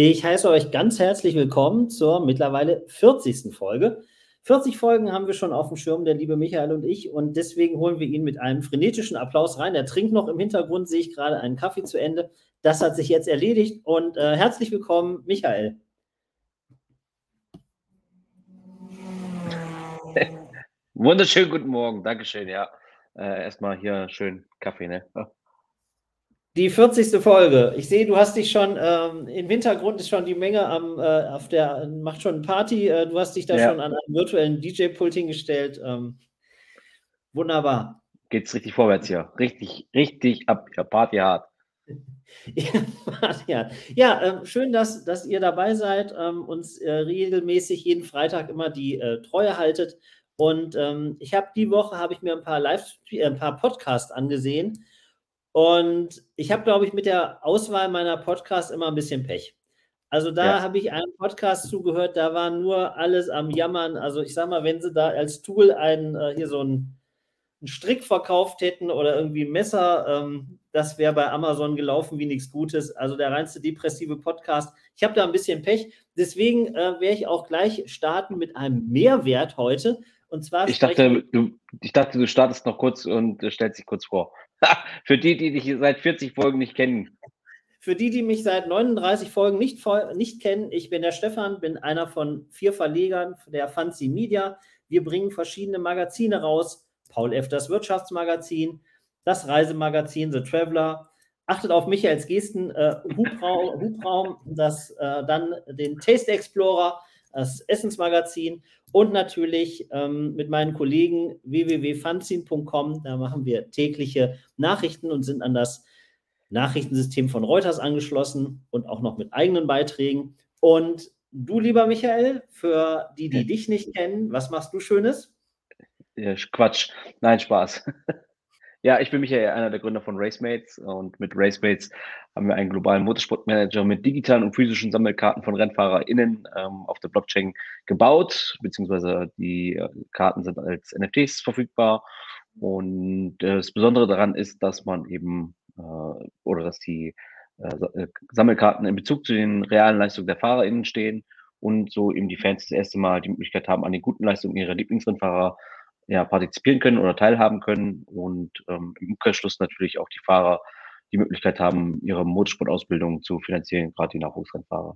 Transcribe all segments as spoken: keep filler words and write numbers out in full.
Ich heiße euch ganz herzlich willkommen zur mittlerweile vierzigsten Folge. vierzig Folgen haben wir schon auf dem Schirm, der liebe Michael und ich, und deswegen holen wir ihn mit einem frenetischen Applaus rein. Er trinkt noch im Hintergrund, sehe ich gerade, einen Kaffee zu Ende. Das hat sich jetzt erledigt und äh, herzlich willkommen, Michael. Wunderschönen guten Morgen, Dankeschön, ja. Äh, erstmal hier schön Kaffee, ne? Die vierzigste Folge. Ich sehe, du hast dich schon, ähm, im Hintergrund ist schon die Menge am, äh, auf der, macht schon Party, äh, du hast dich da Ja. schon an einen virtuellen D J-Pult hingestellt. Ähm, wunderbar. Geht's richtig vorwärts hier. Richtig, richtig ab, ja, Party hart. Ja, ja äh, schön, dass, dass ihr dabei seid, ähm, uns äh, regelmäßig jeden Freitag immer die äh, Treue haltet. Und ähm, ich habe die Woche, habe ich mir ein paar Live, äh, ein paar Podcasts angesehen. Und ich habe, glaube ich, mit der Auswahl meiner Podcasts immer ein bisschen Pech. Also da Ja. habe ich einem Podcast zugehört, da war nur alles am Jammern. Also ich sag mal, wenn sie da als Tool einen, äh, hier so einen, einen Strick verkauft hätten oder irgendwie ein Messer, ähm, das wäre bei Amazon gelaufen wie nichts Gutes. Also der reinste depressive Podcast. Ich habe da ein bisschen Pech. Deswegen äh, werde ich auch gleich starten mit einem Mehrwert heute. Und zwar Ich sprechen dachte, du, ich dachte, du startest noch kurz und äh, stellst dich kurz vor. Für die, die dich seit vierzig Folgen nicht kennen. Für die, die mich seit neununddreißig Folgen nicht, nicht kennen, ich bin der Stefan, bin einer von vier Verlegern der Fancy Media. Wir bringen verschiedene Magazine raus. Paul F. das Wirtschaftsmagazin, das Reisemagazin The Traveler. Achtet auf Michaels Gesten, äh, Hubraum, Hubraum das, äh, dann den Taste Explorer, das Essensmagazin und natürlich ähm, mit meinen Kollegen w w w punkt fanzine punkt com. Da machen wir tägliche Nachrichten und sind an das Nachrichtensystem von Reuters angeschlossen und auch noch mit eigenen Beiträgen. Und du, lieber Michael, für die, die Ja. dich nicht kennen, was machst du Schönes? Ja, Quatsch. Nein, Spaß. Ja, ich bin Michael, einer der Gründer von Racemates, und mit Racemates haben wir einen globalen Motorsportmanager mit digitalen und physischen Sammelkarten von RennfahrerInnen ähm, auf der Blockchain gebaut, beziehungsweise die äh, Karten sind als N F Ts verfügbar. Und äh, das Besondere daran ist, dass man eben äh, oder dass die äh, Sammelkarten in Bezug zu den realen Leistungen der FahrerInnen stehen und so eben die Fans das erste Mal die Möglichkeit haben, an den guten Leistungen ihrer Lieblingsrennfahrer ja, partizipieren können oder teilhaben können und ähm, im Umkehrschluss natürlich auch die Fahrer die Möglichkeit haben, ihre Motorsportausbildung zu finanzieren, gerade die Nachwuchsrennfahrer.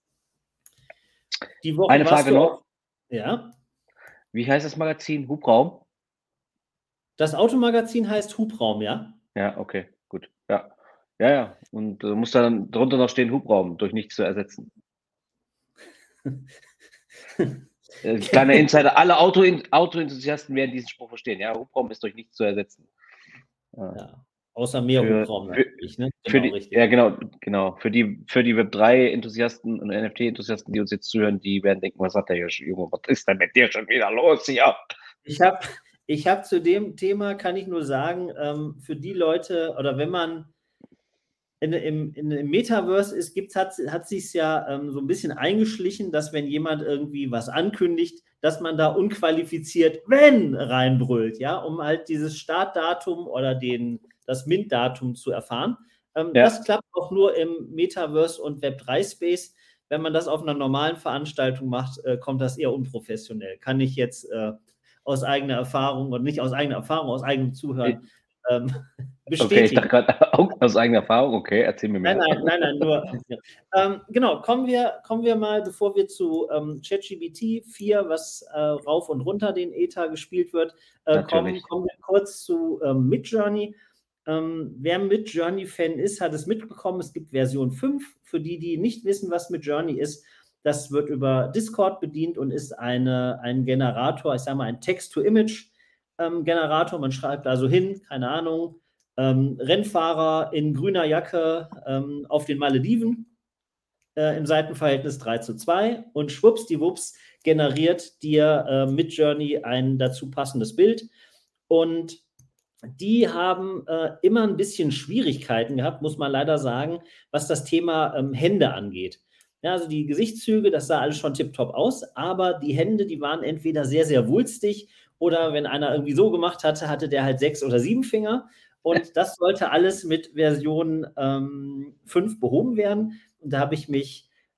Die Woche Eine warst Frage du noch. auch, ja. Wie heißt das Magazin? Hubraum? Das Automagazin heißt Hubraum, ja? Ja, okay, gut. Ja, ja, ja. Und äh, muss dann drunter noch stehen, Hubraum, durch nichts zu ersetzen. Äh, kleiner Insider, alle Auto Autoenthusiasten werden diesen Spruch verstehen. Ja, Hubraum ist durch nichts zu ersetzen. Ja. Ja. Außer mehr für, Hubraum für, natürlich, ne? für Genau, die, richtig. ja, genau, genau. Für die, für die Web drei Enthusiasten und N F T Enthusiasten, die uns jetzt zuhören, die werden denken, was hat der hier, Junge, was ist denn mit dir schon wieder los hier? Ich habe ich hab zu dem Thema, kann ich nur sagen, ähm, für die Leute, oder wenn man in, im, in, im Metaverse ist, gibt's, hat, hat sich ja ähm, so ein bisschen eingeschlichen, dass wenn jemand irgendwie was ankündigt, dass man da unqualifiziert wenn reinbrüllt, ja, um halt dieses Startdatum oder den, das Mint-Datum zu erfahren. Ähm, Ja. Das klappt auch nur im Metaverse und Web drei Space. Wenn man das auf einer normalen Veranstaltung macht, äh, kommt das eher unprofessionell. Kann ich jetzt äh, aus eigener Erfahrung und nicht aus eigener Erfahrung, aus eigenem Zuhören ähm, bestätigen. Okay, ich dachte gerade aus eigener Erfahrung, okay, erzähl mir mehr. Nein, nein, nein, nein, nur. ähm, genau, kommen wir, kommen wir mal, bevor wir zu ähm, ChatGPT vier, was äh, rauf und runter den Ether gespielt wird, äh, kommen, kommen wir kurz zu ähm, Midjourney. Ähm, wer Midjourney-Fan ist, hat es mitbekommen, es gibt Version fünf. Für die, die nicht wissen, was Midjourney ist, das wird über Discord bedient und ist eine, ein Generator, ich sage mal ein Text-to-Image-Generator. Ähm, Man schreibt also hin, keine Ahnung, ähm, Rennfahrer in grüner Jacke ähm, auf den Malediven äh, im Seitenverhältnis drei zu zwei und schwuppsdiwupps generiert dir äh, Midjourney ein dazu passendes Bild. Und die haben äh, immer ein bisschen Schwierigkeiten gehabt, muss man leider sagen, was das Thema ähm, Hände angeht. Ja, also die Gesichtszüge, das sah alles schon tipptopp aus, aber die Hände, die waren entweder sehr, sehr wulstig oder wenn einer irgendwie so gemacht hatte, hatte der halt sechs oder sieben Finger. Und das sollte alles mit Version ähm, fünf behoben werden. Und da habe ich mich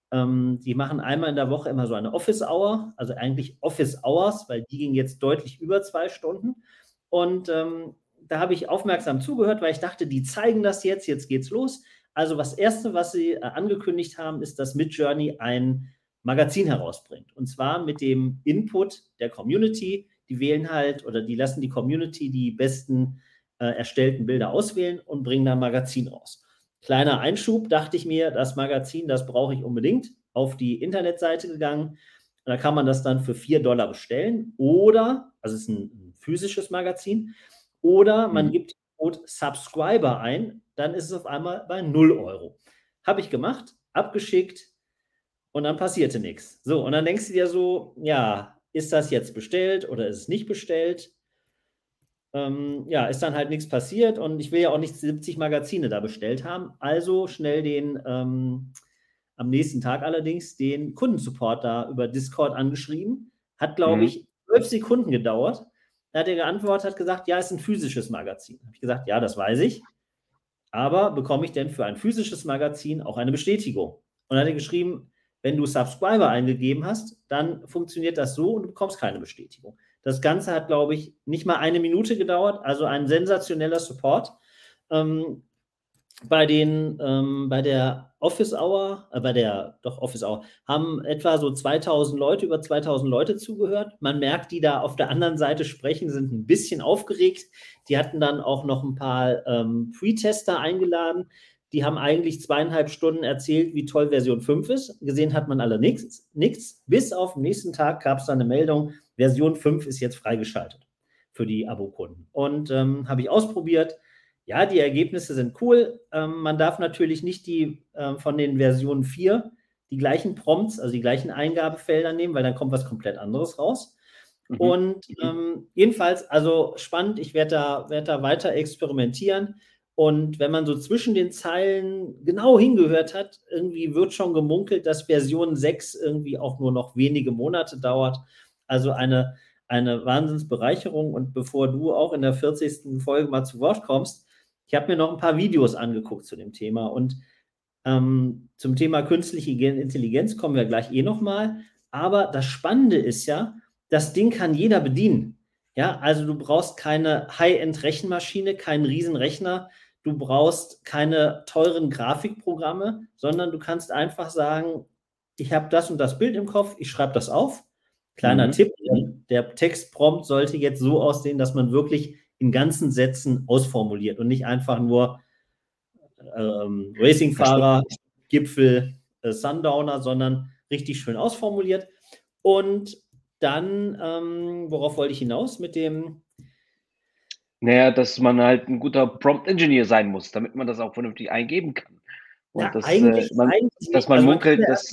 Ähm, die machen einmal in der Woche immer so eine Office Hour, also eigentlich Office Hours, weil die ging jetzt deutlich über zwei Stunden. Und ähm, da habe ich aufmerksam zugehört, weil ich dachte, die zeigen das jetzt, jetzt geht's los. Also das Erste, was sie äh, angekündigt haben, ist, dass Midjourney ein Magazin herausbringt. Und zwar mit dem Input der Community. Die wählen halt oder die lassen die Community die besten äh, erstellten Bilder auswählen und bringen da ein Magazin raus. Kleiner Einschub, dachte ich mir, das Magazin, das brauche ich unbedingt. Auf die Internetseite gegangen. Da kann man das dann für vier Dollar bestellen. Oder, also es ist ein, ein physisches Magazin, oder man Mhm. gibt den Code Subscriber ein, dann ist es auf einmal bei null Euro. Habe ich gemacht, abgeschickt und dann passierte nichts. So, und dann denkst du dir so, ja, ist das jetzt bestellt oder ist es nicht bestellt? Ähm, ja, ist dann halt nichts passiert und ich will ja auch nicht siebzig Magazine da bestellt haben. Also schnell den, ähm, am nächsten Tag allerdings, den Kundensupport da über Discord angeschrieben. Hat, glaube Mhm. ich, zwölf Sekunden gedauert. Da hat er geantwortet, hat gesagt, ja, ist ein physisches Magazin. Habe ich gesagt, ja, das weiß ich. Aber bekomme ich denn für ein physisches Magazin auch eine Bestätigung? Und dann hat er geschrieben, wenn du Subscriber eingegeben hast, dann funktioniert das so und du bekommst keine Bestätigung. Das Ganze hat, glaube ich, nicht mal eine Minute gedauert, also ein sensationeller Support. Ähm, bei den, ähm, bei der Office Hour, äh, bei der, doch Office Hour, haben etwa so zweitausend Leute, über zweitausend Leute zugehört. Man merkt, die da auf der anderen Seite sprechen, sind ein bisschen aufgeregt. Die hatten dann auch noch ein paar ähm, Pre-Tester eingeladen. Die haben eigentlich zweieinhalb Stunden erzählt, wie toll Version fünf ist. Gesehen hat man alle nichts. nichts. Bis auf den nächsten Tag gab es dann eine Meldung, Version fünf ist jetzt freigeschaltet für die Abokunden. Und ähm, habe ich ausprobiert. Ja, die Ergebnisse sind cool. Ähm, man darf natürlich nicht die äh, von den Versionen vier die gleichen Prompts, also die gleichen Eingabefelder nehmen, weil dann kommt was komplett anderes raus. Mhm. Und ähm, jedenfalls, also spannend, ich werde da, werd da weiter experimentieren. Und wenn man so zwischen den Zeilen genau hingehört hat, irgendwie wird schon gemunkelt, dass Version sechs irgendwie auch nur noch wenige Monate dauert. Also eine, eine Wahnsinnsbereicherung. Und bevor du auch in der vierzigsten Folge mal zu Wort kommst, ich habe mir noch ein paar Videos angeguckt zu dem Thema und ähm, zum Thema künstliche Intelligenz kommen wir gleich eh nochmal. Aber das Spannende ist ja, das Ding kann jeder bedienen. Ja, also du brauchst keine High-End-Rechenmaschine, keinen Riesenrechner, du brauchst keine teuren Grafikprogramme, sondern du kannst einfach sagen, ich habe das und das Bild im Kopf, ich schreibe das auf. Kleiner Mhm. Tipp, der Textprompt sollte jetzt so aussehen, dass man wirklich in ganzen Sätzen ausformuliert und nicht einfach nur ähm, Racingfahrer, Gipfel, äh, Sundowner, sondern richtig schön ausformuliert. Und dann, ähm, worauf wollte ich hinaus mit dem? Naja, dass man halt ein guter Prompt-Engineer sein muss, damit man das auch vernünftig eingeben kann. Und Ja, das, eigentlich, äh, man, eigentlich dass nicht. man Also man, munkelt, ja dass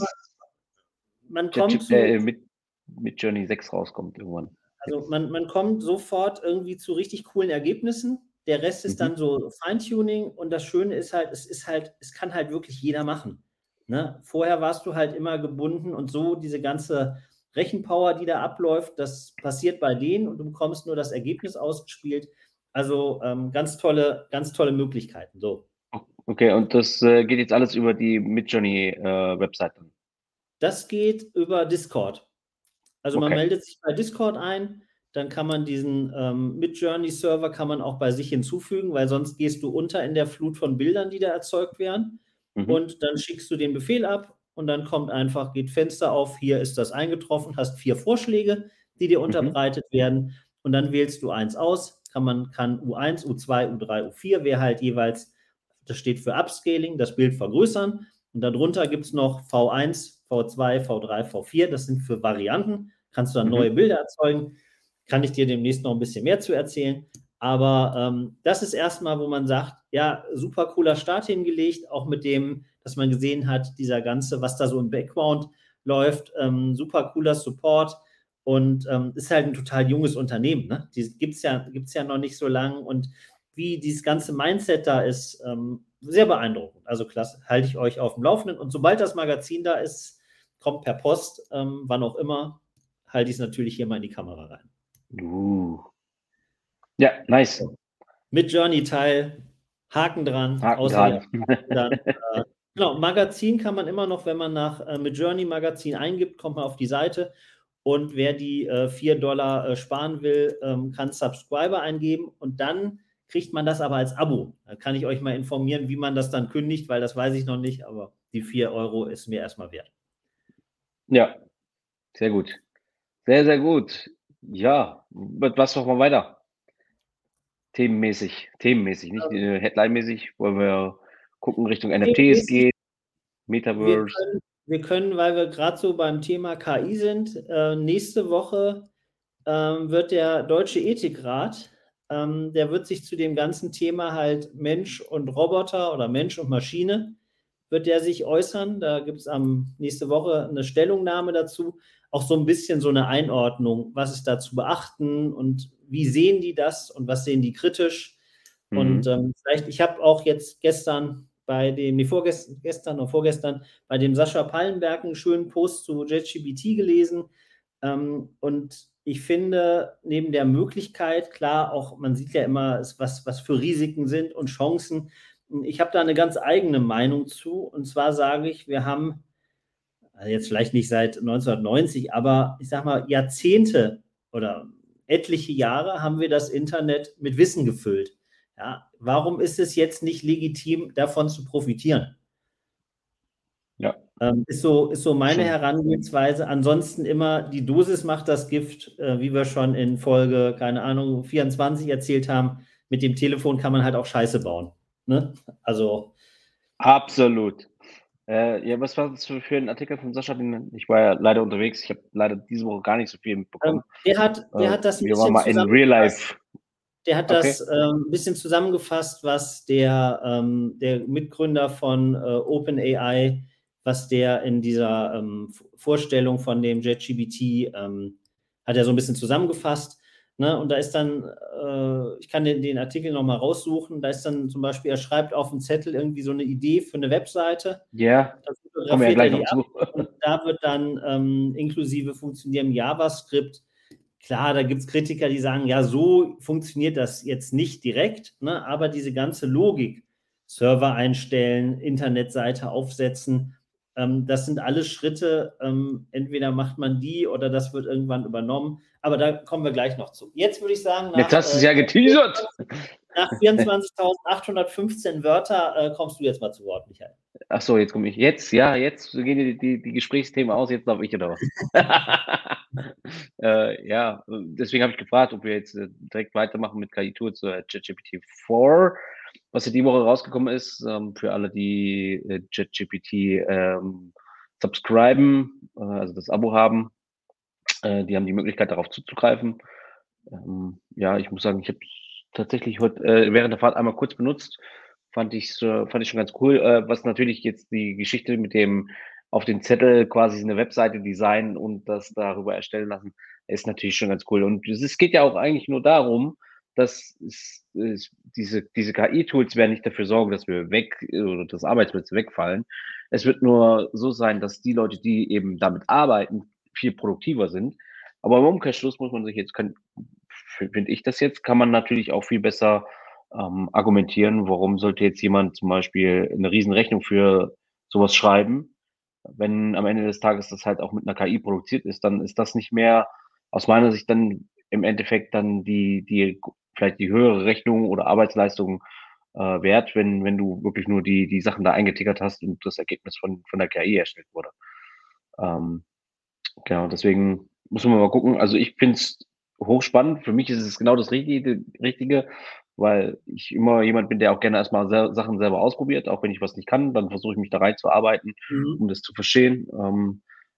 man der kommt Chip zu, äh, mit, mit Journey sechs rauskommt irgendwann. also man, man kommt sofort irgendwie zu richtig coolen Ergebnissen. Der Rest ist Mhm. dann so Feintuning und das Schöne ist halt, es ist halt, es kann halt wirklich jeder machen. Ne? Vorher warst du halt immer gebunden und so diese ganze Rechenpower, die da abläuft, das passiert bei denen und du bekommst nur das Ergebnis ausgespielt. Also ähm, ganz tolle, ganz tolle Möglichkeiten. So. Okay, und das äh, geht jetzt alles über die Midjourney-Website dann. Das geht über Discord. Also man Okay. meldet sich bei Discord ein, dann kann man diesen ähm, Midjourney-Server kann man auch bei sich hinzufügen, weil sonst gehst du unter in der Flut von Bildern, die da erzeugt werden. Mhm. Und dann schickst du den Befehl ab und dann kommt einfach, geht Fenster auf, hier ist das eingetroffen, hast vier Vorschläge, die dir unterbreitet Mhm. werden und dann wählst du eins aus, kann man kann U eins, U zwei, U drei, U vier, wer halt jeweils, das steht für Upscaling, das Bild vergrößern und darunter gibt es noch V eins, V zwei, V drei, V vier, das sind für Varianten, kannst du dann Mhm. neue Bilder erzeugen, kann ich dir demnächst noch ein bisschen mehr zu erzählen. Aber ähm, das ist erstmal, wo man sagt, ja, super cooler Start hingelegt, auch mit dem, dass man gesehen hat, dieser ganze, was da so im Background läuft, ähm, super cooler Support und ähm, ist halt ein total junges Unternehmen. Ne? Die gibt es ja, gibt's ja noch nicht so lange und wie dieses ganze Mindset da ist, ähm, sehr beeindruckend. Also klasse, halte ich euch auf dem Laufenden und sobald das Magazin da ist, kommt per Post, ähm, wann auch immer, halte ich es natürlich hier mal in die Kamera rein. Uh. Ja, nice. Mit Journey-Teil, Haken dran, Haken außer dran. jetzt dann, äh, Genau, Magazin kann man immer noch, wenn man nach äh, Midjourney Magazin eingibt, kommt man auf die Seite. Und wer die äh, vier Dollar äh, sparen will, ähm, kann Subscriber eingeben und dann kriegt man das aber als Abo. Da kann ich euch mal informieren, wie man das dann kündigt, weil das weiß ich noch nicht, aber die vier Euro ist mir erstmal wert. Ja, sehr gut. Sehr, sehr gut. Ja, was machen wir weiter? Themenmäßig, themenmäßig, nicht äh, Headline-mäßig, wollen wir gucken Richtung N F Ts gehen, Wir Metaverse. können, wir können, weil wir gerade so beim Thema K I sind, äh, nächste Woche ähm, wird der Deutsche Ethikrat, ähm, der wird sich zu dem ganzen Thema halt Mensch und Roboter oder Mensch und Maschine, wird der sich äußern. Da gibt es am nächste Woche eine Stellungnahme dazu, auch so ein bisschen so eine Einordnung, was ist da zu beachten und wie sehen die das und was sehen die kritisch. Mhm. Und ähm, vielleicht, ich habe auch jetzt gestern bei dem, nee, vorgestern, gestern oder vorgestern, bei dem Sascha Pallenberg einen schönen Post zu JetGPT gelesen. Ähm, und ich finde, neben der Möglichkeit, klar, auch man sieht ja immer, was, was für Risiken sind und Chancen. Ich habe da eine ganz eigene Meinung zu. Und zwar sage ich, wir haben, also jetzt vielleicht nicht seit neunzehnhundertneunzig, aber ich sage mal, Jahrzehnte oder etliche Jahre haben wir das Internet mit Wissen gefüllt. Ja, warum ist es jetzt nicht legitim, davon zu profitieren? Ja. Ähm, ist so, ist so meine Schon. Herangehensweise. Ansonsten immer, die Dosis macht das Gift, äh, wie wir schon in Folge, keine Ahnung, vierundzwanzig erzählt haben. Mit dem Telefon kann man halt auch Scheiße bauen. Ne? Also. Absolut. Äh, ja, was war das für, für ein Artikel von Sascha? Ich war ja leider unterwegs. Ich habe leider diese Woche gar nicht so viel mitbekommen. Ähm, der hat, der äh, hat das ein wir waren bisschen mal in Real Life. Der hat Okay. das ähm, ein bisschen zusammengefasst, was der, ähm, der Mitgründer von äh, OpenAI, was der in dieser ähm, Vorstellung von dem JetGPT, ähm, hat er so ein bisschen zusammengefasst. Ne? Und da ist dann, äh, ich kann den, den Artikel nochmal raussuchen, da ist dann zum Beispiel, er schreibt auf dem Zettel irgendwie so eine Idee für eine Webseite. Ja, Da kommen wir ja fotografiert er gleich die noch ab zu. und da wird dann ähm, inklusive funktionierendem JavaScript. Klar, da gibt es Kritiker, die sagen, ja, so funktioniert das jetzt nicht direkt, ne? Aber diese ganze Logik, Server einstellen, Internetseite aufsetzen, ähm, das sind alles Schritte, ähm, entweder macht man die oder das wird irgendwann übernommen, aber da kommen wir gleich noch zu. Jetzt würde ich sagen, nach, Jetzt hast du es äh, ja geteasert. nach vierundzwanzigtausendachthundertfünfzehn Wörter äh, kommst du jetzt mal zu Wort, Michael. Ach so, jetzt komme ich. Jetzt, ja, jetzt gehen die, die, die Gesprächsthemen aus, jetzt darf ich oder was? äh, ja, deswegen habe ich gefragt, ob wir jetzt äh, direkt weitermachen mit K I-Tools zu äh, JetGPT vier, was ja die Woche rausgekommen ist, ähm, für alle, die äh, JetGPT ähm, subscriben, äh, also das Abo haben, äh, die haben die Möglichkeit, darauf zuzugreifen. Ähm, ja, ich muss sagen, ich habe tatsächlich heute äh, während der Fahrt einmal kurz benutzt. Fand ich, äh, fand ich schon ganz cool. Äh, was natürlich jetzt die Geschichte mit dem auf den Zettel quasi eine Webseite designen und das darüber erstellen lassen, ist natürlich schon ganz cool. Und es geht ja auch eigentlich nur darum, dass es, es, diese, diese K I-Tools werden nicht dafür sorgen, dass wir weg oder dass Arbeitsplätze wegfallen. Es wird nur so sein, dass die Leute, die eben damit arbeiten, viel produktiver sind. Aber im Umkehrschluss muss man sich jetzt, finde ich das jetzt, kann man natürlich auch viel besser ähm, argumentieren, warum sollte jetzt jemand zum Beispiel eine Riesenrechnung für sowas schreiben, wenn am Ende des Tages das halt auch mit einer K I produziert ist, dann ist das nicht mehr aus meiner Sicht dann im Endeffekt dann die, die vielleicht die höhere Rechnung oder Arbeitsleistung äh, wert, wenn, wenn du wirklich nur die, die Sachen da eingetickert hast und das Ergebnis von, von der K I erstellt wurde. Ähm, genau, deswegen muss man mal gucken. Also ich finde es hochspannend. Für mich ist es genau das Richtige, Richtige, weil ich immer jemand bin, der auch gerne erstmal sel Sachen selber ausprobiert, auch wenn ich was nicht kann, dann versuche ich mich da reinzuarbeiten, Mhm. um das zu verstehen. Ähm,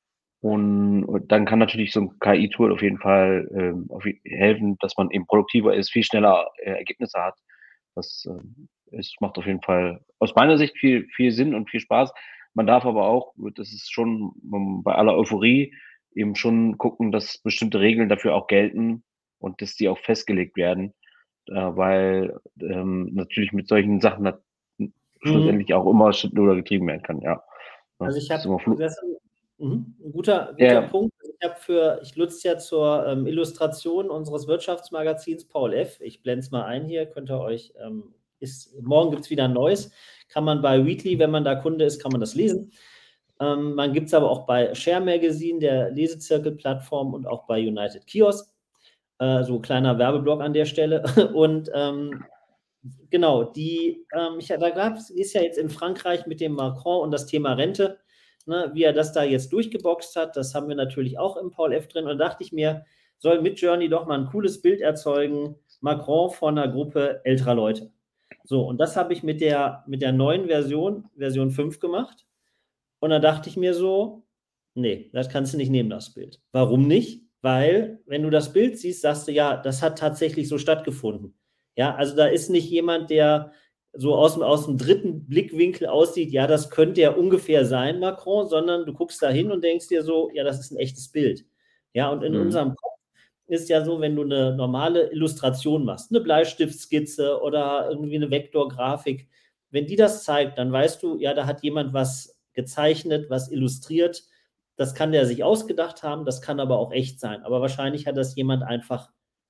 und, und dann kann natürlich so ein K I-Tool auf jeden Fall ähm, auf, helfen, dass man eben produktiver ist, viel schneller äh, Ergebnisse hat. Das äh, es macht auf jeden Fall aus meiner Sicht viel, viel Sinn und viel Spaß. Man darf aber auch, das ist schon um, bei aller Euphorie, eben schon gucken, dass bestimmte Regeln dafür auch gelten und dass die auch festgelegt werden, äh, weil ähm, natürlich mit solchen Sachen Mhm. schlussendlich auch immer Schindluder getrieben werden kann, ja. Also ich Das ist habe, immer flu- das ist ein guter, guter Ja. Punkt. Ich habe für, ich nutze ja zur ähm, Illustration unseres Wirtschaftsmagazins Paul F. Ich blende es mal ein hier, könnt ihr euch, ähm, ist, morgen gibt es wieder ein neues. kann man bei Weekly, wenn man da Kunde ist, kann man das lesen. Ähm, man gibt es aber auch bei Share Magazine, der Lesezirkel-Plattform, und auch bei United Kiosk. Äh, so kleiner Werbeblock an der Stelle. Und ähm, genau, die, ähm, ich, da gab es, ist ja jetzt in Frankreich mit dem Macron und das Thema Rente, ne, wie er das da jetzt durchgeboxt hat, das haben wir natürlich auch im Paul F. drin. Und da dachte ich mir, soll Midjourney doch mal ein cooles Bild erzeugen, Macron von einer Gruppe älterer Leute. So, und das habe ich mit der, mit der neuen Version, Version fünf gemacht. Und da dachte ich mir so, nee, das kannst du nicht nehmen, das Bild. Warum nicht? Weil, wenn du das Bild siehst, sagst du, ja, das hat tatsächlich so stattgefunden. Ja, also da ist nicht jemand, der so aus dem, aus dem dritten Blickwinkel aussieht, ja, das könnte ja ungefähr sein, Macron, sondern du guckst da hin und denkst dir so, ja, das ist ein echtes Bild. Ja, und in mhm. unserem Kopf ist ja so, wenn du eine normale Illustration machst, eine Bleistiftskizze oder irgendwie eine Vektorgrafik, wenn die das zeigt, dann weißt du, ja, da hat jemand was gezeichnet, was illustriert. Das kann der sich ausgedacht haben, das kann aber auch echt sein. Aber wahrscheinlich hat das jemand einfach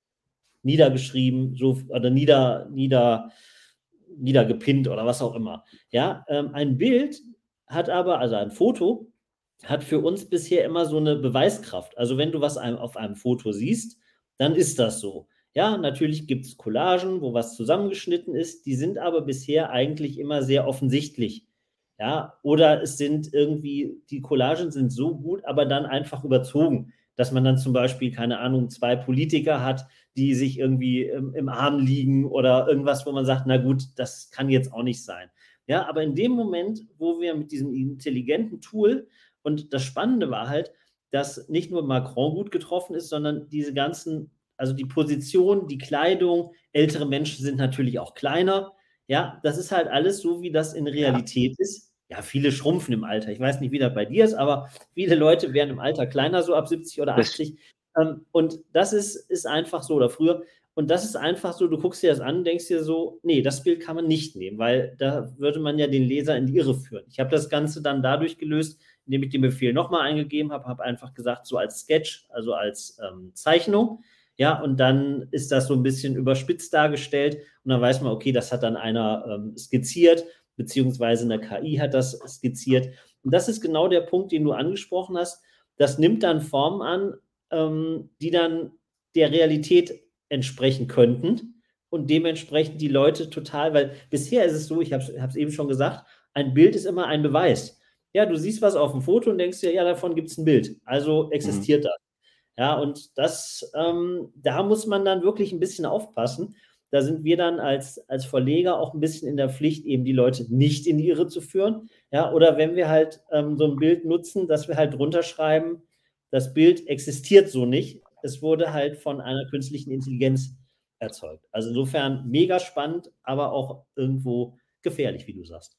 niedergeschrieben, so, oder nieder, nieder, niedergepinnt oder was auch immer. Ja, ähm, ein Bild hat aber, also ein Foto, hat für uns bisher immer so eine Beweiskraft. Also wenn du was auf einem Foto siehst, dann ist das so. Ja, natürlich gibt es Collagen, wo was zusammengeschnitten ist, die sind aber bisher eigentlich immer sehr offensichtlich. Ja, oder es sind irgendwie, die Collagen sind so gut, aber dann einfach überzogen, dass man dann zum Beispiel, keine Ahnung, zwei Politiker hat, die sich irgendwie im, im Arm liegen oder irgendwas, wo man sagt, na gut, das kann jetzt auch nicht sein. Ja, aber in dem Moment, wo wir mit diesem intelligenten Tool, und das Spannende war halt, dass nicht nur Macron gut getroffen ist, sondern diese ganzen, also die Position, die Kleidung, ältere Menschen sind natürlich auch kleiner. Ja, das ist halt alles so, wie das in Realität ja. ist. Ja, viele schrumpfen im Alter. Ich weiß nicht, wie das bei dir ist, aber viele Leute werden im Alter kleiner, so ab siebzig oder achtzig. Ähm, und das ist, ist einfach so, oder früher. Und das ist einfach so, du guckst dir das an, denkst dir so, nee, das Bild kann man nicht nehmen, weil da würde man ja den Leser in die Irre führen. Ich habe das Ganze dann dadurch gelöst, indem ich den Befehl nochmal eingegeben habe, habe einfach gesagt, so als Sketch, also als ähm, Zeichnung. Ja, und dann ist das so ein bisschen überspitzt dargestellt und dann weiß man, okay, das hat dann einer ähm, skizziert, beziehungsweise eine K I hat das skizziert. Und das ist genau der Punkt, den du angesprochen hast. Das nimmt dann Formen an, ähm, die dann der Realität entsprechen könnten und dementsprechend die Leute total, weil bisher ist es so, ich habe es eben schon gesagt, ein Bild ist immer ein Beweis. Ja, du siehst was auf dem Foto und denkst dir, ja, davon gibt es ein Bild. Also existiert mhm. das. Ja, und das, ähm, da muss man dann wirklich ein bisschen aufpassen. Da sind wir dann als, als Verleger auch ein bisschen in der Pflicht, eben die Leute nicht in die Irre zu führen. Ja, oder wenn wir halt ähm, so ein Bild nutzen, dass wir halt drunter schreiben, das Bild existiert so nicht. Es wurde halt von einer künstlichen Intelligenz erzeugt. Also insofern mega spannend, aber auch irgendwo gefährlich, wie du sagst.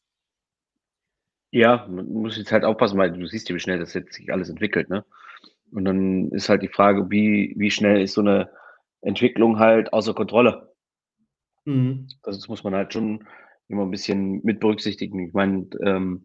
Ja, man muss jetzt halt aufpassen, weil du siehst ja, wie schnell das jetzt sich alles entwickelt, ne? Und dann ist halt die Frage, wie, wie schnell ist so eine Entwicklung halt außer Kontrolle? Mhm. Das muss man halt schon immer ein bisschen mit berücksichtigen. Ich meine, ähm,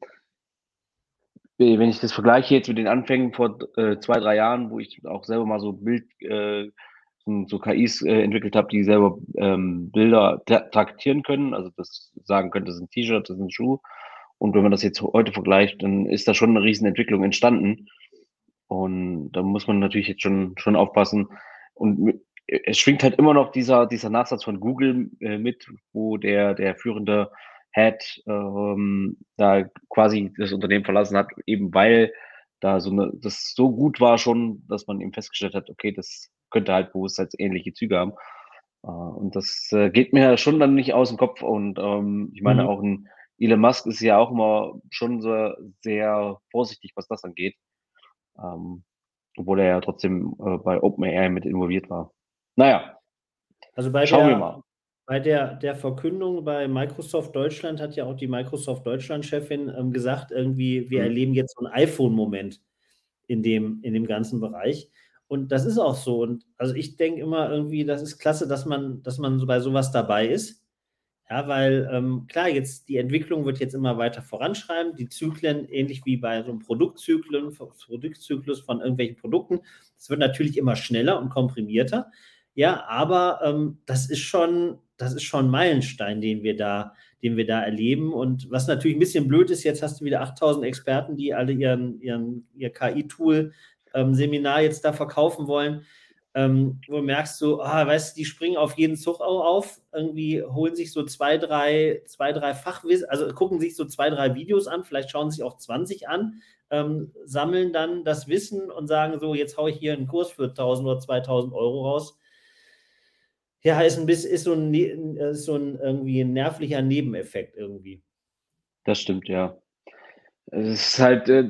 wenn ich das vergleiche jetzt mit den Anfängen vor äh, zwei, drei Jahren, wo ich auch selber mal so Bild, äh, so K Is äh, entwickelt habe, die selber ähm, Bilder traktieren können, also das sagen könnte, das ist ein T-Shirt, das ist ein Schuh. Und wenn man das jetzt heute vergleicht, dann ist da schon eine riesen Entwicklung entstanden. Und da muss man natürlich jetzt schon, schon aufpassen. Und es schwingt halt immer noch dieser, dieser Nachsatz von Google äh, mit, wo der, der führende Head ähm, da quasi das Unternehmen verlassen hat, eben weil da so eine, das so gut war schon, dass man eben festgestellt hat, okay, das könnte halt bewusstseinsähnliche Züge haben. Äh, und das äh, geht mir schon dann nicht aus dem Kopf. Und ähm, ich meine, mhm. auch ein Elon Musk ist ja auch immer schon so sehr vorsichtig, was das angeht. Ähm, obwohl er ja trotzdem äh, bei OpenAI mit involviert war. Naja, also bei schauen der, wir mal. Bei der, der Verkündung bei Microsoft Deutschland hat ja auch die Microsoft Deutschland-Chefin ähm, gesagt, irgendwie, wir mhm. erleben jetzt so einen iPhone-Moment in dem, in dem ganzen Bereich. Und das ist auch so. Und also ich denke immer irgendwie, das ist klasse, dass man, dass man so bei sowas dabei ist. Ja, weil ähm, klar, jetzt die Entwicklung wird jetzt immer weiter voranschreiben. Die Zyklen, ähnlich wie bei so einem Produktzyklus, Produktzyklus von irgendwelchen Produkten, das wird natürlich immer schneller und komprimierter. Ja, aber ähm, das ist schon, das ist schon ein Meilenstein, den wir da, den wir da erleben. Und was natürlich ein bisschen blöd ist, jetzt hast du wieder achttausend Experten, die alle ihren, ihren, ihr K I-Tool-Seminar ähm, jetzt da verkaufen wollen. Ähm, wo du merkst so, ah, weißt du, die springen auf jeden Zug auch auf, irgendwie holen sich so zwei, drei, zwei, drei Fachwissen, also gucken sich so zwei, drei Videos an, vielleicht schauen sich auch zwanzig an, ähm, sammeln dann das Wissen und sagen so, jetzt haue ich hier einen Kurs für tausend oder zweitausend Euro raus. Ja, ist ein bisschen, ist so ein, ist so ein irgendwie ein nervlicher Nebeneffekt irgendwie. Das stimmt, ja. Es ist halt, äh,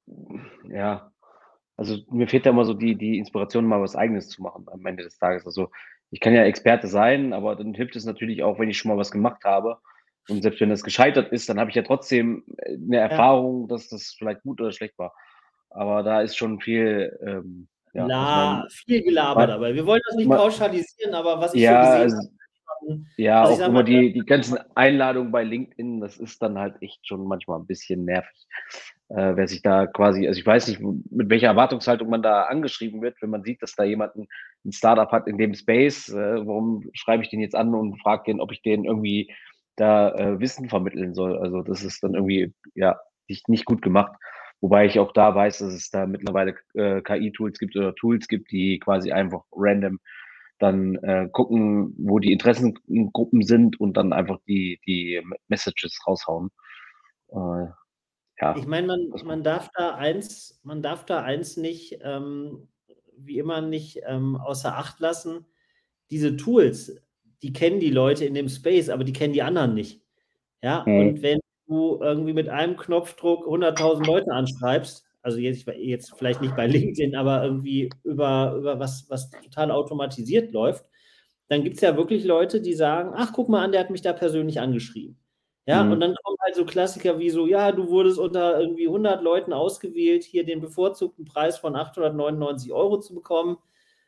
ja, also mir fehlt da immer so die, die Inspiration, mal was Eigenes zu machen am Ende des Tages. Also ich kann ja Experte sein, aber dann hilft es natürlich auch, wenn ich schon mal was gemacht habe. Und selbst wenn das gescheitert ist, dann habe ich ja trotzdem eine Erfahrung, dass das vielleicht gut oder schlecht war. Aber da ist schon viel, ähm, ja, also La, mein, viel Gelaber mein, dabei. Wir wollen das nicht mein pauschalisieren, aber was ich so ja, gesehen also, habe, ja, also ich auch sag immer mal, die, die ganzen Einladungen bei LinkedIn, das ist dann halt echt schon manchmal ein bisschen nervig. Äh, wer sich da quasi, also ich weiß nicht, mit welcher Erwartungshaltung man da angeschrieben wird, wenn man sieht, dass da jemand ein, ein Startup hat in dem Space, äh, warum schreibe ich den jetzt an und frage den, ob ich den irgendwie da äh, Wissen vermitteln soll. Also das ist dann irgendwie, ja, nicht, nicht gut gemacht. Wobei ich auch da weiß, dass es da mittlerweile äh, K I-Tools gibt oder Tools gibt, die quasi einfach random dann äh, gucken, wo die Interessengruppen sind und dann einfach die, die Messages raushauen. Äh, ich ja, meine, man, das, man darf da eins, man darf da eins nicht, ähm, wie immer nicht ähm, außer Acht lassen. Diese Tools, die kennen die Leute in dem Space, aber die kennen die anderen nicht. Ja, und mhm. wenn du irgendwie mit einem Knopfdruck hunderttausend Leute anschreibst, also jetzt, jetzt vielleicht nicht bei LinkedIn, aber irgendwie über, über was, was total automatisiert läuft, dann gibt es ja wirklich Leute, die sagen, ach, guck mal an, der hat mich da persönlich angeschrieben. Ja, und Mhm. dann kommen halt so Klassiker wie so, ja, du wurdest unter irgendwie hundert Leuten ausgewählt, hier den bevorzugten Preis von achthundertneunundneunzig Euro zu bekommen.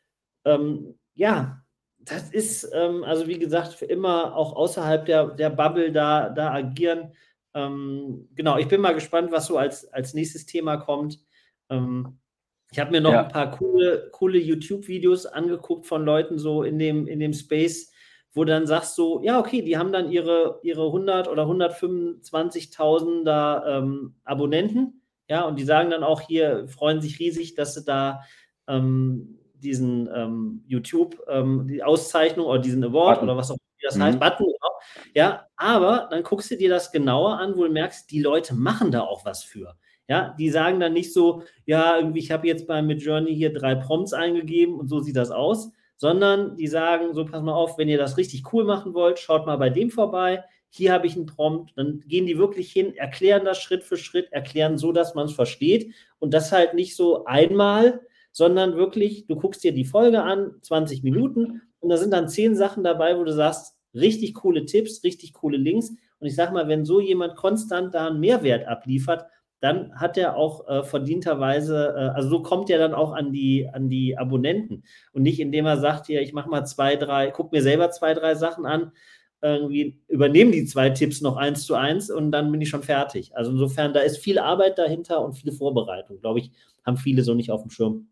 Ähm, ja, das ist, ähm, also wie gesagt, für immer auch außerhalb der, der Bubble da, da agieren. Ähm, genau, ich bin mal gespannt, was so als, als nächstes Thema kommt. Ähm, ich habe mir noch ein Ja, paar coole, coole YouTube-Videos angeguckt von Leuten so in dem, in dem Space, wo du dann sagst so, ja, okay, die haben dann ihre, ihre hundert oder hundertfünfundzwanzigtausend da ähm, Abonnenten, ja, und die sagen dann auch hier, freuen sich riesig, dass sie da ähm, diesen ähm, YouTube, ähm, die Auszeichnung oder diesen Award Button. oder was auch immer das heißt, Mhm. Button, genau. Ja, aber dann guckst du dir das genauer an, wo du merkst, die Leute machen da auch was für. Ja, die sagen dann nicht so, ja, irgendwie, ich habe jetzt bei Midjourney hier drei Prompts eingegeben und so sieht das aus, sondern die sagen, so, pass mal auf, wenn ihr das richtig cool machen wollt, schaut mal bei dem vorbei, hier habe ich einen Prompt, dann gehen die wirklich hin, erklären das Schritt für Schritt, erklären so, dass man es versteht und das halt nicht so einmal, sondern wirklich, du guckst dir die Folge an, zwanzig Minuten und da sind dann zehn Sachen dabei, wo du sagst, richtig coole Tipps, richtig coole Links und ich sag mal, wenn so jemand konstant da einen Mehrwert abliefert, dann hat er auch äh, verdienterweise, äh, also so kommt er dann auch an die, an die Abonnenten und nicht indem er sagt, hier, ich mache mal zwei, drei, guck mir selber zwei, drei Sachen an, irgendwie übernehme die zwei Tipps noch eins zu eins und dann bin ich schon fertig. Also insofern, da ist viel Arbeit dahinter und viel Vorbereitung, glaube ich, haben viele so nicht auf dem Schirm.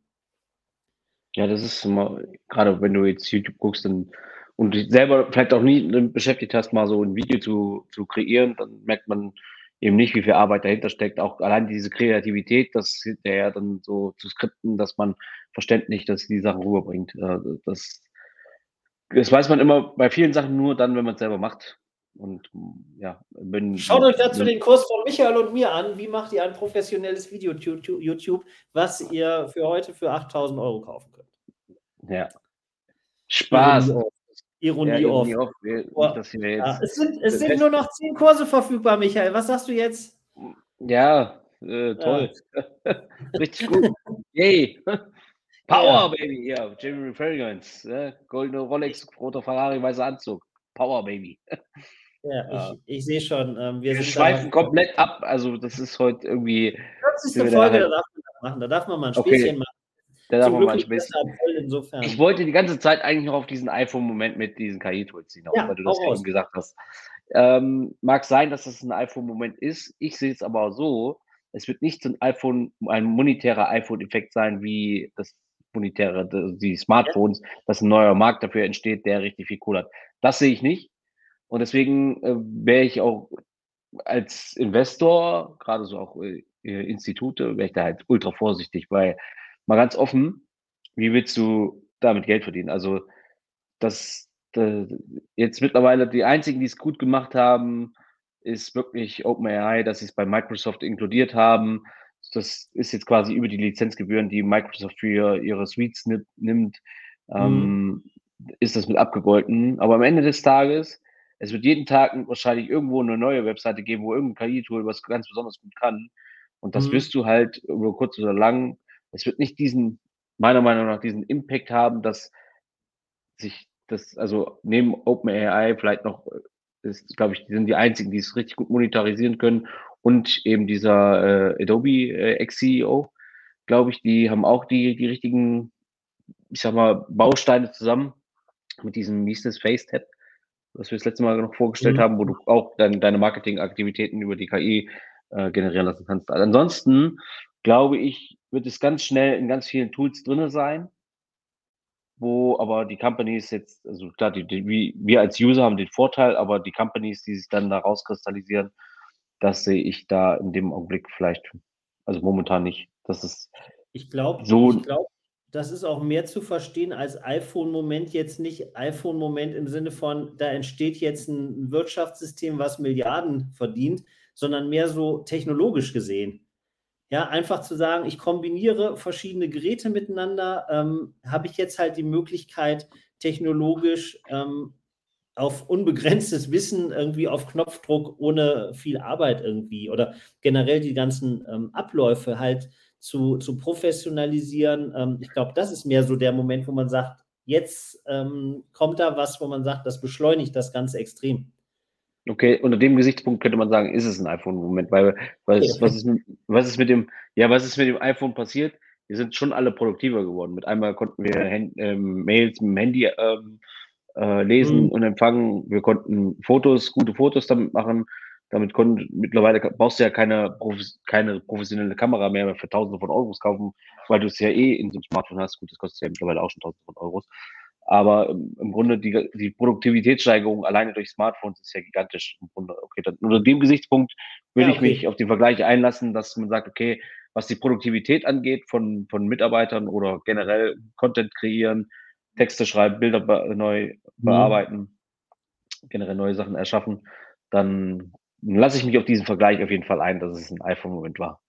Ja, das ist immer, gerade wenn du jetzt YouTube guckst dann, und dich selber vielleicht auch nie beschäftigt hast, mal so ein Video zu, zu kreieren, dann merkt man eben nicht, wie viel Arbeit dahinter steckt. Auch allein diese Kreativität, das hinterher dann so zu skripten, dass man verständlich, dass die Sachen rüberbringt. Äh, Das, das weiß man immer bei vielen Sachen nur dann, wenn man es selber macht. Und ja, Schaut euch wenn, dazu wenn den Kurs von Michael und mir an. Wie macht ihr ein professionelles Video YouTube, was ihr für heute für achttausend Euro kaufen könnt? ja, Ironie Spaß. off. Ja, Ironie off. Ironie auch. Nicht, Oh, dass hier ja, jetzt es, sind, es sind fest. nur noch zehn Kurse verfügbar, Michael. Was sagst du jetzt? Ja, äh, Ja, toll. Richtig gut. Yay. Power, ja. Baby. Ja, Jeremy Fragrance. Äh, goldene Rolex, roter Ferrari, weißer Anzug. Power, Baby. Ja, Ja. ich, ich sehe schon, ähm, wir Wir sind da. schweifen komplett ab. Also, das ist heute irgendwie. Sind vierzigste wir da Folge, da halt. darf man das machen. Da darf man mal ein Späßchen Okay, machen. da darf Zum man Glück mal ein nicht Späßchen. besser April, Ich insofern. wollte die ganze Zeit eigentlich noch auf diesen iPhone-Moment mit diesen K I-Tools hinaus, weil Ja, du hau das ja eben raus. gesagt hast. Ähm, mag sein, dass das ein iPhone-Moment ist. Ich sehe es aber so, es wird nicht so ein iPhone, ein monetärer iPhone-Effekt sein, wie das monetäre, die Smartphones, dass ein neuer Markt dafür entsteht, der richtig viel Kohle hat. Das sehe ich nicht. Und deswegen äh, wäre ich auch als Investor, gerade so auch äh, Institute, wäre ich da halt ultra vorsichtig, weil mal ganz offen, wie willst du damit Geld verdienen? Also das, das jetzt mittlerweile die einzigen, die es gut gemacht haben, ist wirklich OpenAI, dass sie es bei Microsoft inkludiert haben. Das ist jetzt quasi über die Lizenzgebühren, die Microsoft für ihre Suites nimmt, ähm, mhm. ist das mit abgegolten. Aber am Ende des Tages, es wird jeden Tag wahrscheinlich irgendwo eine neue Webseite geben, wo irgendein K I-Tool was ganz besonders gut kann. Und das mhm. wirst du halt über kurz oder lang, es wird nicht diesen, meiner Meinung nach, diesen Impact haben, dass sich das, also neben OpenAI vielleicht noch, ist, glaube ich, die sind die einzigen, die es richtig gut monetarisieren können, und eben dieser äh, Adobe äh, Ex-C E O, glaube ich, die haben auch die, die richtigen, ich sag mal, Bausteine zusammen mit diesem, wie hieß das, FaceTap, was wir das letzte Mal noch vorgestellt mhm. haben, wo du auch dann deine Marketingaktivitäten über die K I äh, generieren lassen kannst. Also ansonsten, glaube ich, wird es ganz schnell in ganz vielen Tools drinne sein, wo aber die Companies jetzt, also klar, die, die, wir als User haben den Vorteil, aber die Companies, die sich dann da rauskristallisieren, das sehe ich da in dem Augenblick vielleicht, also momentan nicht. Das ist ich glaube, so. Ich glaube, das ist auch mehr zu verstehen als iPhone-Moment, jetzt nicht iPhone-Moment im Sinne von, da entsteht jetzt ein Wirtschaftssystem, was Milliarden verdient, sondern mehr so technologisch gesehen. Ja, einfach zu sagen, ich kombiniere verschiedene Geräte miteinander, ähm, habe ich jetzt halt die Möglichkeit, technologisch ähm, auf unbegrenztes Wissen irgendwie auf Knopfdruck ohne viel Arbeit irgendwie oder generell die ganzen ähm, Abläufe halt zu, zu professionalisieren. Ähm, ich glaube, das ist mehr so der Moment, wo man sagt, jetzt ähm, kommt da was, wo man sagt, das beschleunigt das Ganze extrem. Okay, unter dem Gesichtspunkt könnte man sagen, ist es ein iPhone-Moment, weil was, was, ist, was ist mit dem, ja, was ist mit dem iPhone passiert? Wir sind schon alle produktiver geworden. Mit einmal konnten wir Hand, ähm, Mails mit dem Handy ähm, äh, lesen mhm. und empfangen. Wir konnten Fotos, gute Fotos damit machen. Damit konnten, mittlerweile brauchst du ja keine, keine professionelle Kamera mehr für Tausende von Euros kaufen, weil du es ja eh in so einem Smartphone hast. Gut, das kostet ja mittlerweile auch schon Tausende von Euros. Aber im Grunde die, die Produktivitätssteigerung alleine durch Smartphones ist ja gigantisch. Im Grunde, okay, dann, unter dem Gesichtspunkt würde ja, okay. ich mich auf den Vergleich einlassen, dass man sagt, okay, was die Produktivität angeht von, von Mitarbeitern oder generell Content kreieren, Texte schreiben, Bilder be neu bearbeiten, mhm. generell neue Sachen erschaffen, dann lasse ich mich auf diesen Vergleich auf jeden Fall ein, dass es ein iPhone-Moment war.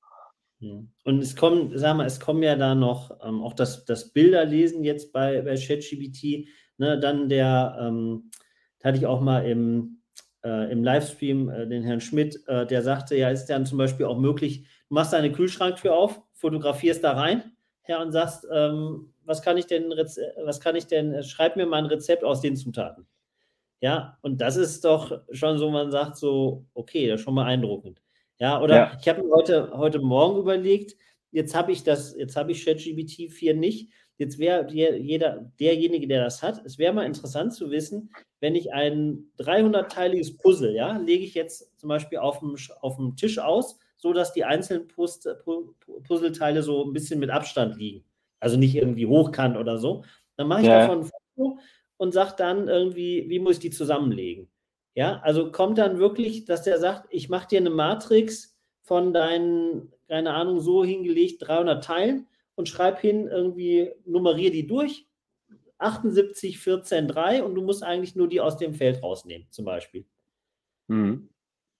Und es kommen, sag mal, es kommen ja da noch ähm, auch das, das Bilderlesen jetzt bei, bei ChatGPT, ne, dann der, ähm, da hatte ich auch mal im, äh, im Livestream äh, den Herrn Schmidt, äh, der sagte, ja, ist dann zum Beispiel auch möglich, du machst deine Kühlschranktür auf, fotografierst da rein, ja, und sagst, ähm, was kann ich denn, was kann ich denn, schreib mir mal ein Rezept aus den Zutaten. Ja, und das ist doch schon so, man sagt so, okay, das ist schon beeindruckend. Ja, oder ja. ich habe mir heute, heute Morgen überlegt, jetzt habe ich das, jetzt habe ich ChatGPT vier nicht. Jetzt wäre jeder, derjenige, der das hat, es wäre mal interessant zu wissen, wenn ich ein dreihundertteiliges Puzzle, ja, lege ich jetzt zum Beispiel auf dem, auf dem Tisch aus, so dass die einzelnen Puzzleteile so ein bisschen mit Abstand liegen. Also nicht irgendwie hochkant oder so. Dann mache ich ja. davon ein Foto und sage dann irgendwie, wie muss ich die zusammenlegen? Ja, also kommt dann wirklich, dass der sagt, ich mache dir eine Matrix von deinen, keine Ahnung, so hingelegt dreihundert Teilen und schreib hin, irgendwie, nummeriere die durch, achtundsiebzig, vierzehn, drei und du musst eigentlich nur die aus dem Feld rausnehmen, zum Beispiel. Mhm.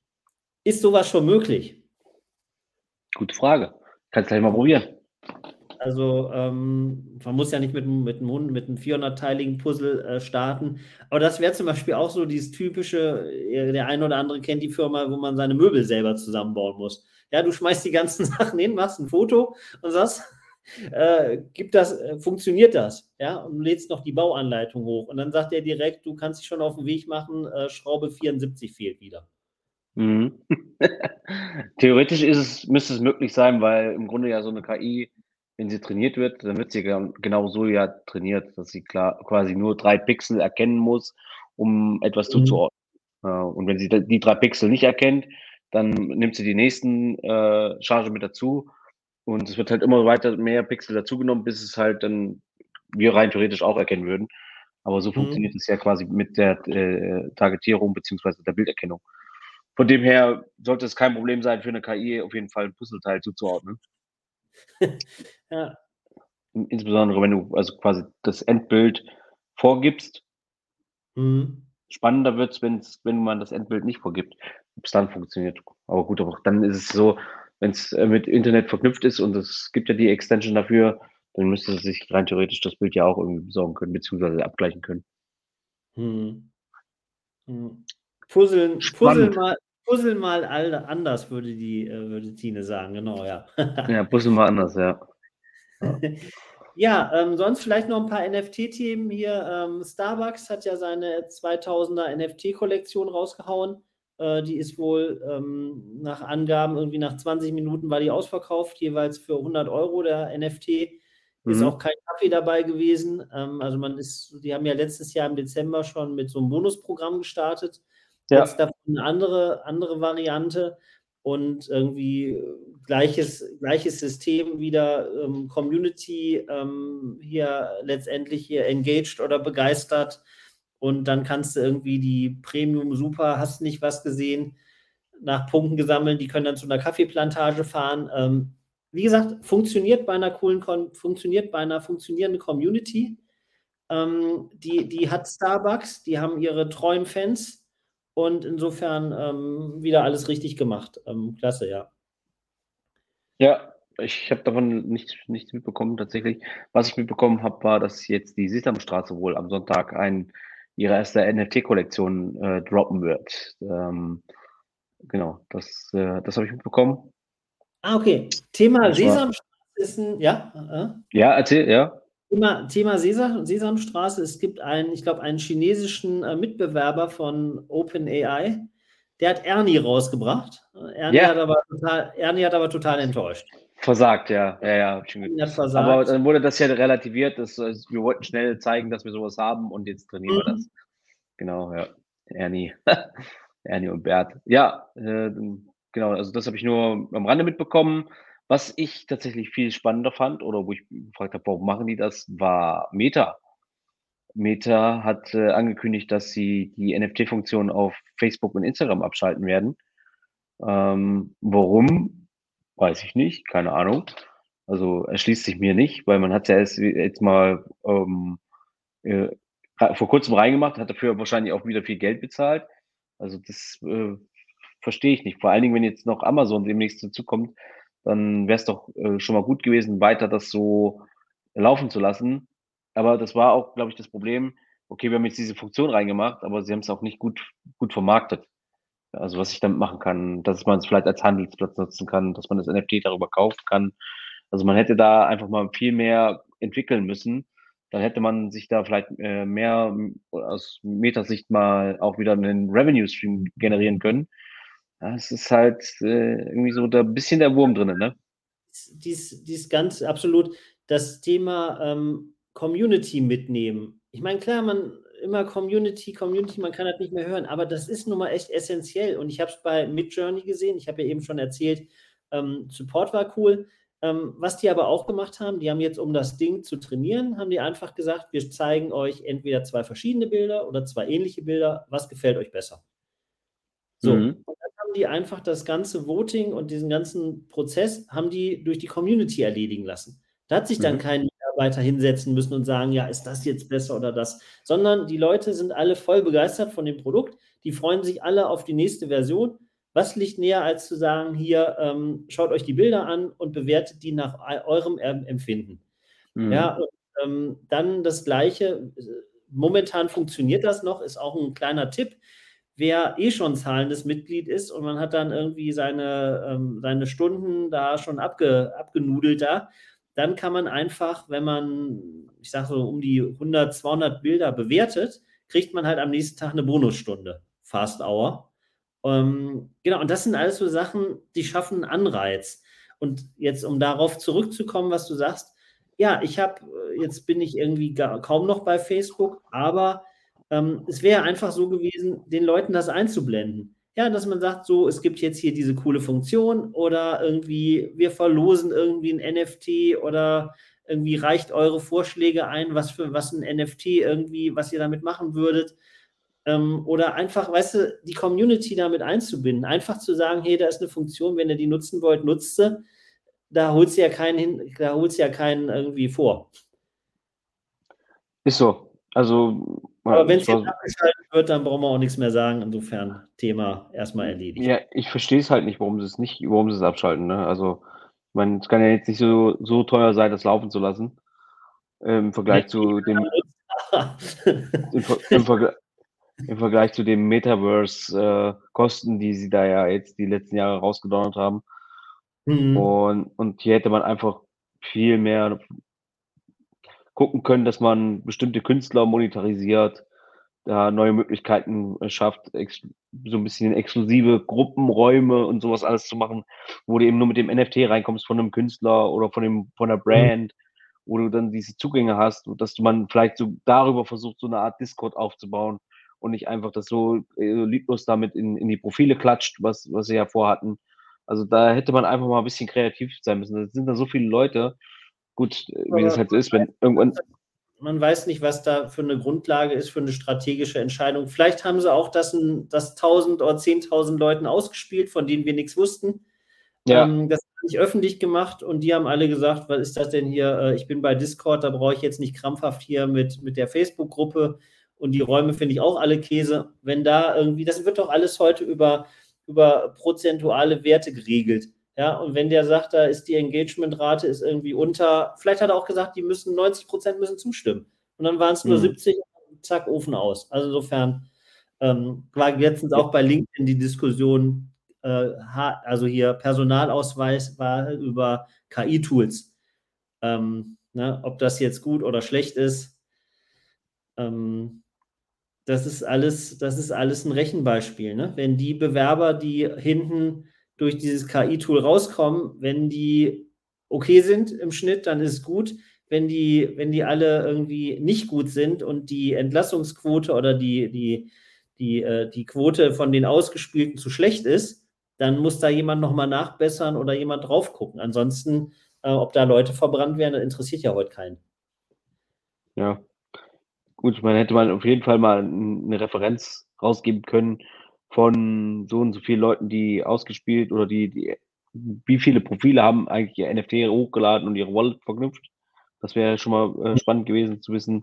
Ist sowas schon möglich? Gute Frage. Kannst gleich mal probieren. Also ähm, man muss ja nicht mit, mit, mit einem vierhundertteiligen Puzzle äh, starten. Aber das wäre zum Beispiel auch so dieses typische, der eine oder andere kennt die Firma, wo man seine Möbel selber zusammenbauen muss. Ja, du schmeißt die ganzen Sachen hin, machst ein Foto und sagst, äh, gibt das, äh, funktioniert das? Ja, und du lädst noch die Bauanleitung hoch. Und dann sagt er direkt, du kannst dich schon auf den Weg machen, äh, Schraube vierundsiebzig fehlt wieder. Mhm. Theoretisch ist es, müsste es möglich sein, weil im Grunde ja so eine K I, wenn sie trainiert wird, dann wird sie genau so ja trainiert, dass sie klar quasi nur drei Pixel erkennen muss, um etwas mhm. zuzuordnen. Und wenn sie die drei Pixel nicht erkennt, dann nimmt sie die nächsten äh, Charge mit dazu Und es wird halt immer weiter mehr Pixel dazugenommen, bis es halt dann wir rein theoretisch auch erkennen würden. Aber so Mhm. funktioniert es ja quasi mit der äh, Targetierung beziehungsweise der Bilderkennung. Von dem her sollte es kein Problem sein für eine K I, auf jeden Fall ein Puzzleteil zuzuordnen. Ja. Insbesondere wenn du also quasi das Endbild vorgibst. Mhm. Spannender wird es, wenn's, wenn man das Endbild nicht vorgibt, ob es dann funktioniert. Aber gut, aber dann ist es so, wenn es äh, mit Internet verknüpft ist und es gibt ja die Extension dafür, dann müsste es sich rein theoretisch das Bild ja auch irgendwie besorgen können, beziehungsweise abgleichen können. Mhm. Mhm. Puzzeln, puzzeln Spannend. mal, puzzeln mal alle anders, würde die, äh, würde Tine sagen, genau, ja. Ja, puzzeln wir anders, ja. Ja, ja ähm, sonst vielleicht noch ein paar N F T-Themen hier. Ähm, Starbucks hat ja seine zweitausender N F T-Kollektion rausgehauen. Äh, die ist wohl ähm, nach Angaben irgendwie nach zwanzig Minuten war die ausverkauft, jeweils für hundert Euro der N F T. Ist Mhm. auch kein Kaffee dabei gewesen. Ähm, also man ist, die haben ja letztes Jahr im Dezember schon mit so einem Bonusprogramm gestartet. Ja. Jetzt davon eine andere, andere Variante und irgendwie gleiches, gleiches System wieder, ähm, Community ähm, hier letztendlich hier engaged oder begeistert und dann kannst du irgendwie die Premium Super, hast nicht was gesehen, nach Punkten gesammelt, die können dann zu einer Kaffeeplantage fahren. Ähm, wie gesagt, funktioniert bei einer coolen, funktioniert bei einer funktionierenden Community. Ähm, die, die hat Starbucks, die haben ihre treuen Fans und insofern ähm, wieder alles richtig gemacht. Ähm, klasse, ja. Ja, ich habe davon nichts, nichts mitbekommen tatsächlich. Was ich mitbekommen habe, war, dass jetzt die Sesamstraße wohl am Sonntag ein, ihre erste N F T-Kollektion äh, droppen wird. Ähm, genau, das, äh, das habe ich mitbekommen. Ah, okay. Thema Das war, Sesamstraße ist ein, ja, äh, ja, erzähl, ja. Thema, Thema Sesam, Sesamstraße. Es gibt einen, ich glaube, einen chinesischen äh, Mitbewerber von OpenAI, der hat Ernie rausgebracht. Äh, Ernie, Ja, hat aber total, Ernie hat aber total enttäuscht. versagt, ja, ja, ja, hab ich schon Ernie hat gehört. Aber versagt. dann wurde das ja relativiert. Das, äh, wir wollten schnell zeigen, dass wir sowas haben und jetzt trainieren wir Mhm. das. Genau, ja. Ernie. Ernie und Bert. Ja, äh, genau, also das habe ich nur am Rande mitbekommen. Was ich tatsächlich viel spannender fand oder wo ich gefragt habe, warum machen die das, war Meta. Meta hat äh, angekündigt, dass sie die N F T-Funktion auf Facebook und Instagram abschalten werden. Ähm, warum? Weiß ich nicht, keine Ahnung. Also erschließt sich mir nicht, weil man hat ja erst jetzt mal ähm, äh, vor kurzem reingemacht, hat dafür wahrscheinlich auch wieder viel Geld bezahlt. Also das äh, verstehe ich nicht. Vor allen Dingen, wenn jetzt noch Amazon demnächst dazukommt, dann wäre es doch äh, schon mal gut gewesen, weiter das so laufen zu lassen. Aber das war auch, glaube ich, das Problem. Okay, wir haben jetzt diese Funktion reingemacht, aber sie haben es auch nicht gut, gut vermarktet. Also was ich damit machen kann, dass man es vielleicht als Handelsplatz nutzen kann, dass man das N F T darüber kaufen kann. Also man hätte da einfach mal viel mehr entwickeln müssen. Dann hätte man sich da vielleicht äh, mehr aus Metasicht mal auch wieder einen Revenue-Stream generieren können. Ja, es ist halt äh, irgendwie so da ein bisschen der Wurm drin, ne? Dies, dies ganz absolut das Thema ähm, Community mitnehmen. Ich meine, klar, man immer Community, Community, man kann das nicht mehr hören, aber das ist nun mal echt essentiell. Und ich habe es bei Midjourney gesehen, ich habe ja eben schon erzählt, ähm, Support war cool. Ähm, was die aber auch gemacht haben, die haben jetzt, um das Ding zu trainieren, haben die einfach gesagt, wir zeigen euch entweder zwei verschiedene Bilder oder zwei ähnliche Bilder. Was gefällt euch besser? So, Mhm. und dann haben die einfach das ganze Voting und diesen ganzen Prozess haben die durch die Community erledigen lassen. Da hat sich dann Mhm. kein Mitarbeiter hinsetzen müssen und sagen, ja, ist das jetzt besser oder das, sondern die Leute sind alle voll begeistert von dem Produkt, die freuen sich alle auf die nächste Version. Was liegt näher, als zu sagen, hier, ähm, schaut euch die Bilder an und bewertet die nach eurem Empfinden. Ja, Mhm. und, ähm, dann das Gleiche, momentan funktioniert das noch, ist auch ein kleiner Tipp. Wer eh schon zahlendes Mitglied ist und man hat dann irgendwie seine, ähm, seine Stunden da schon abge, abgenudelt da, dann kann man einfach, wenn man, ich sage so, um die hundert, zweihundert Bilder bewertet, kriegt man halt am nächsten Tag eine Bonusstunde, Fast Hour. Ähm, genau, und das sind alles so Sachen, die schaffen einen Anreiz. Und jetzt, um darauf zurückzukommen, was du sagst, ja, ich habe, jetzt bin ich irgendwie gar, kaum noch bei Facebook, aber ähm, es wäre einfach so gewesen, den Leuten das einzublenden. Ja, dass man sagt, so, es gibt jetzt hier diese coole Funktion oder irgendwie, wir verlosen irgendwie ein N F T oder irgendwie reicht eure Vorschläge ein, was für was ein N F T irgendwie, was ihr damit machen würdet. Ähm, oder einfach, weißt du, die Community damit einzubinden. Einfach zu sagen, hey, da ist eine Funktion, wenn ihr die nutzen wollt, nutzt sie. Da holst du ja keinen hin, da holst du ja keinen irgendwie vor. Ist so. Also, Aber wenn ich es jetzt war, abgeschaltet wird, dann brauchen wir auch nichts mehr sagen. Insofern Thema erstmal erledigt. ja, ich verstehe es halt nicht, warum sie es nicht, warum sie es abschalten, ne? Also, ich meine, es kann ja jetzt nicht so, so teuer sein, das laufen zu lassen, äh, im Nee, Vergleich zu dem, im, Ver- im, Vergleich, im Vergleich zu dem Metaverse-Kosten, die sie da ja jetzt die letzten Jahre rausgedonnert haben. Mhm. Und, und hier hätte man einfach viel mehr gucken können, dass man bestimmte Künstler monetarisiert, da neue Möglichkeiten äh, schafft, ex so ein bisschen exklusive Gruppenräume und sowas alles zu machen, wo du eben nur mit dem N F T reinkommst von einem Künstler oder von dem von der Mhm. Brand, wo du dann diese Zugänge hast und dass man vielleicht so darüber versucht, so eine Art Discord aufzubauen und nicht einfach das so, äh, lieblos damit in in die Profile klatscht, was was sie ja vorhatten. Also, da hätte man einfach mal ein bisschen kreativ sein müssen. Es sind da so viele Leute. Gut, äh, wie das Aber halt so ist, wenn irgendwann man weiß nicht, was da für eine Grundlage ist für eine strategische Entscheidung. Vielleicht haben sie auch das, das tausend oder zehntausend Leuten ausgespielt, von denen wir nichts wussten. ja, Ähm, das habe ich öffentlich gemacht und die haben alle gesagt, was ist das denn hier? Äh, ich bin bei Discord, da brauche ich jetzt nicht krampfhaft hier mit, mit der Facebook-Gruppe und die Räume finde ich auch alle Käse. Wenn da irgendwie, das wird doch alles heute über, über prozentuale Werte geregelt. Ja, und wenn der sagt, da ist die Engagementrate ist irgendwie unter, vielleicht hat er auch gesagt, die müssen neunzig Prozent müssen zustimmen. Und dann waren es nur mhm. siebzig, zack, Ofen aus. Also insofern ähm, war letztens Ja, auch bei LinkedIn die Diskussion, äh, also hier Personalausweis war über K I-Tools. Ähm, ne, ob das jetzt gut oder schlecht ist, ähm, das ist alles, das ist alles ein Rechenbeispiel. Ne? Wenn die Bewerber, die hinten durch dieses K I-Tool rauskommen, wenn die okay sind im Schnitt, dann ist es gut. Wenn die, wenn die alle irgendwie nicht gut sind und die Entlassungsquote oder die, die, die, äh, die Quote von den Ausgespielten zu schlecht ist, dann muss da jemand nochmal nachbessern oder jemand drauf gucken. Ansonsten, äh, ob da Leute verbrannt werden, das interessiert ja heute keinen. ja. Gut, man hätte man auf jeden Fall mal 'n 'ne Referenz rausgeben können von so und so vielen Leuten, die ausgespielt oder die die wie viele Profile haben eigentlich ihr N F T hochgeladen und ihre Wallet verknüpft. Das wäre schon mal, äh, spannend gewesen zu wissen.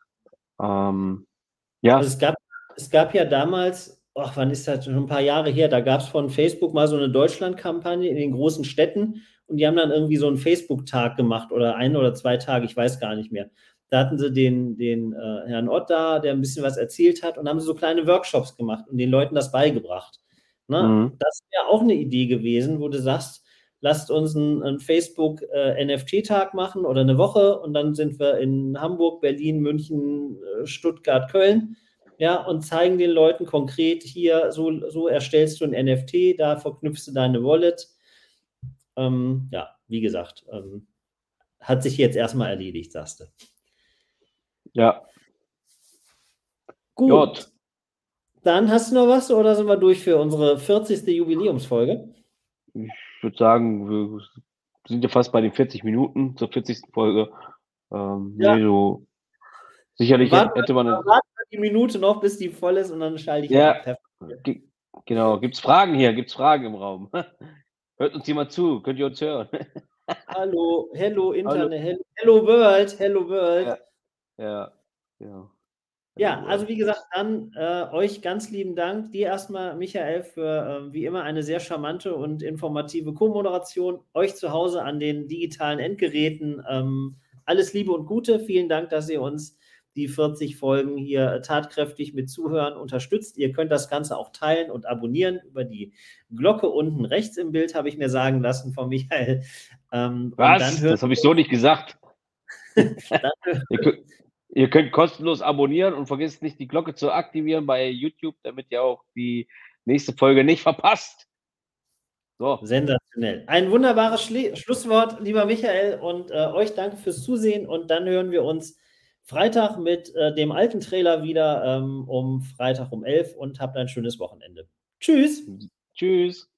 Ähm, Also ja, es gab, es gab ja damals, ach, wann ist das, schon ein paar Jahre her, da gab es von Facebook mal so eine Deutschland-Kampagne in den großen Städten und die haben dann irgendwie so einen Facebook-Tag gemacht oder ein oder zwei Tage, ich weiß gar nicht mehr. Da hatten sie den, den äh, Herrn Ott da, der ein bisschen was erzählt hat und haben sie so kleine Workshops gemacht und den Leuten das beigebracht. Ne? mhm, Das wäre auch eine Idee gewesen, wo du sagst, lasst uns einen, einen Facebook-N F T-Tag machen oder eine Woche und dann sind wir in Hamburg, Berlin, München, äh, Stuttgart, Köln, ja, und zeigen den Leuten konkret hier, so, so erstellst du ein N F T, da verknüpfst du deine Wallet. Ähm, ja, wie gesagt, ähm, hat sich jetzt erstmal erledigt, sagst du. ja, Gut, gut. dann hast du noch was oder sind wir durch für unsere vierzigste Jubiläumsfolge? Ich würde sagen, wir sind ja fast bei den vierzig Minuten zur vierzigsten Folge. Ähm, Ja, ne, so sicherlich warten hätt hätte man 'ne wir, warten wir die Minute noch, bis die voll ist und dann schalte ich ja, ab. Perfekt. ge genau. Gibt's Fragen hier? Gibt's Fragen im Raum? Hört uns jemand zu? Könnt ihr uns hören? Hallo, hello Hallo. Internet, hello, hello World, hello World. Ja, ja, ja. Hello Ja, also World. wie gesagt, dann äh, euch ganz lieben Dank. Dir erstmal, Michael, für äh, wie immer eine sehr charmante und informative Co-Moderation. Euch zu Hause an den digitalen Endgeräten ähm, alles Liebe und Gute. Vielen Dank, dass ihr uns die vierzig Folgen hier äh, tatkräftig mit Zuhören unterstützt. Ihr könnt das Ganze auch teilen und abonnieren über die Glocke unten rechts im Bild, habe ich mir sagen lassen von Michael. Ähm, und dann Was? hören Das habe ich so nicht gesagt. dann, Ihr könnt ihr könnt kostenlos abonnieren und vergesst nicht, die Glocke zu aktivieren bei YouTube, damit ihr auch die nächste Folge nicht verpasst. So, Sensationell. Ein wunderbares Schli Schlusswort, lieber Michael, und äh, euch danke fürs Zusehen. Und dann hören wir uns Freitag mit äh, dem alten Trailer wieder ähm, um Freitag um elf und habt ein schönes Wochenende. Tschüss. Tschüss.